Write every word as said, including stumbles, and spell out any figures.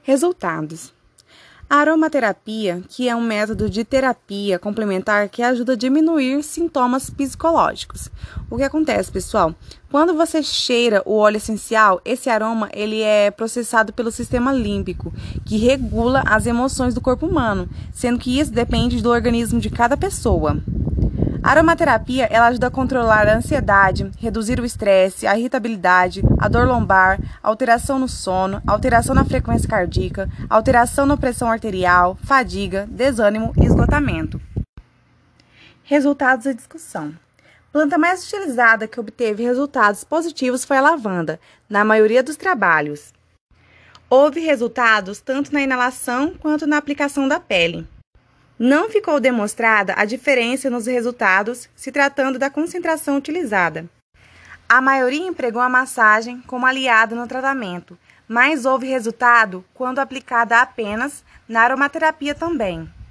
Resultados. A aromaterapia, que é um método de terapia complementar que ajuda a diminuir sintomas psicológicos. O que acontece, pessoal? Quando você cheira o óleo essencial, esse aroma ele é processado pelo sistema límbico, que regula as emoções do corpo humano, sendo que isso depende do organismo de cada pessoa. A aromaterapia ela ajuda a controlar a ansiedade, reduzir o estresse, a irritabilidade, a dor lombar, alteração no sono, alteração na frequência cardíaca, alteração na pressão arterial, fadiga, desânimo e esgotamento. Resultados da discussão. A planta mais utilizada que obteve resultados positivos foi a lavanda, na maioria dos trabalhos. Houve resultados tanto na inalação quanto na aplicação da pele. Não ficou demonstrada a diferença nos resultados se tratando da concentração utilizada. A maioria empregou a massagem como aliado no tratamento, mas houve resultado quando aplicada apenas na aromaterapia também.